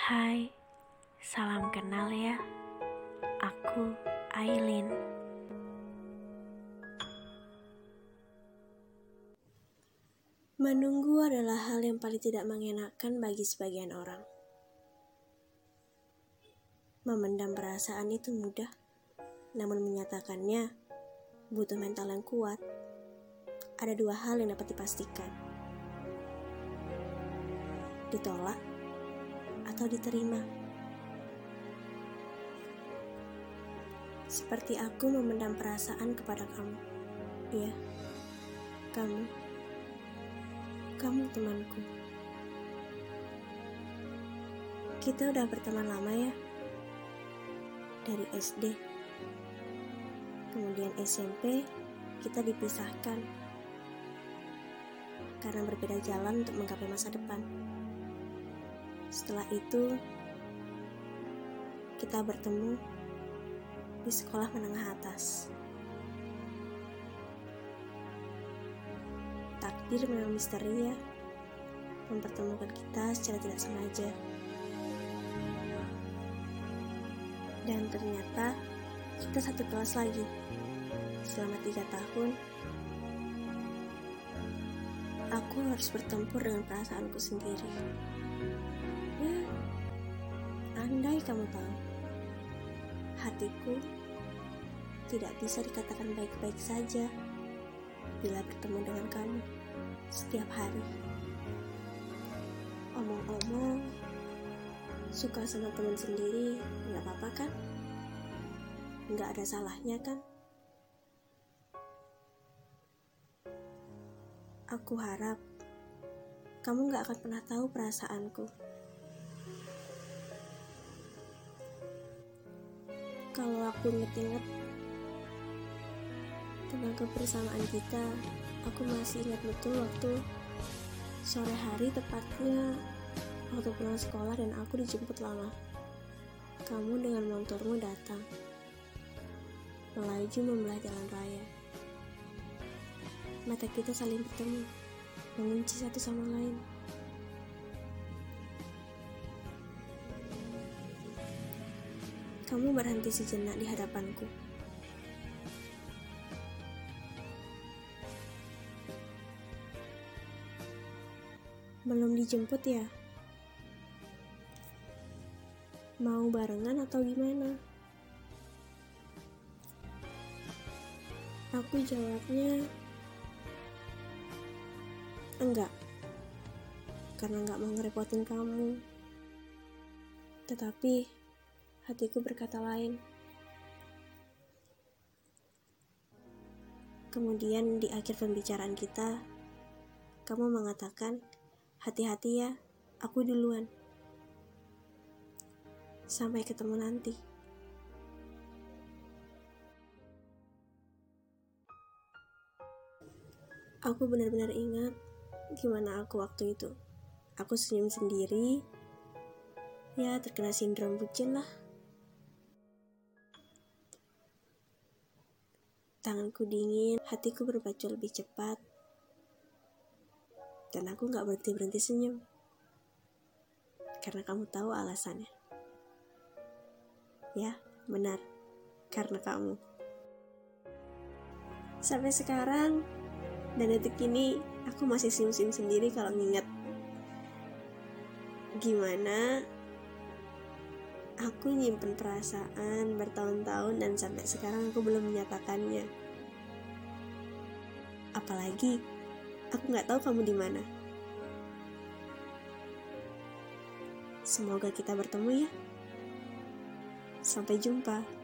Hai, salam kenal ya. Aku Aileen. Menunggu adalah hal yang paling tidak mengenakan bagi sebagian orang. Memendam perasaan itu mudah, namun menyatakannya butuh mental yang kuat. Ada dua hal yang dapat dipastikan: ditolak atau diterima. Seperti aku memendam perasaan kepada kamu. Iya, kamu temanku. Kita udah berteman lama ya. Dari SD. Kemudian SMP, kita dipisahkan karena berbeda jalan untuk menggapai masa depan. Setelah itu, kita bertemu di sekolah menengah atas. Takdir memang misteri ya, mempertemukan kita secara tidak sengaja. Dan ternyata kita satu kelas lagi selama 3 tahun. Aku harus bertempur dengan perasaanku sendiri. Ya, andai kamu tahu, hatiku tidak bisa dikatakan baik-baik saja bila bertemu dengan kamu setiap hari. Omong-omong, suka sama teman sendiri gak apa-apa kan? Gak ada salahnya kan? Aku harap kamu gak akan pernah tahu perasaanku. Kalau aku inget-inget tentang kebersamaan kita, aku masih ingat betul waktu sore hari, tepatnya waktu pulang sekolah dan aku dijemput lama. Kamu dengan motormu datang, melaju membelah jalan raya. Mata kita saling bertemu, mengunci satu sama lain. Kamu berhenti sejenak di hadapanku. Belum dijemput ya? Mau barengan atau gimana? Aku jawabnya enggak, karena enggak mau ngerepotin kamu. Tetapi hatiku berkata lain. Kemudian di akhir pembicaraan kita, kamu mengatakan, hati-hati ya, aku duluan. Sampai ketemu nanti. Aku benar-benar ingat gimana aku waktu itu. Aku senyum sendiri. Ya, terkena sindrom bucin lah. Tanganku dingin, hatiku berpacu lebih cepat. Dan aku gak berhenti-berhenti senyum. Karena kamu tahu alasannya. Ya, benar. Karena kamu. Sampai sekarang, dan detik ini, aku masih senyum-senyum sendiri kalau nginget gimana aku nyimpen perasaan bertahun-tahun dan sampai sekarang aku belum menyatakannya. Apalagi aku nggak tahu kamu di mana. Semoga kita bertemu ya. Sampai jumpa.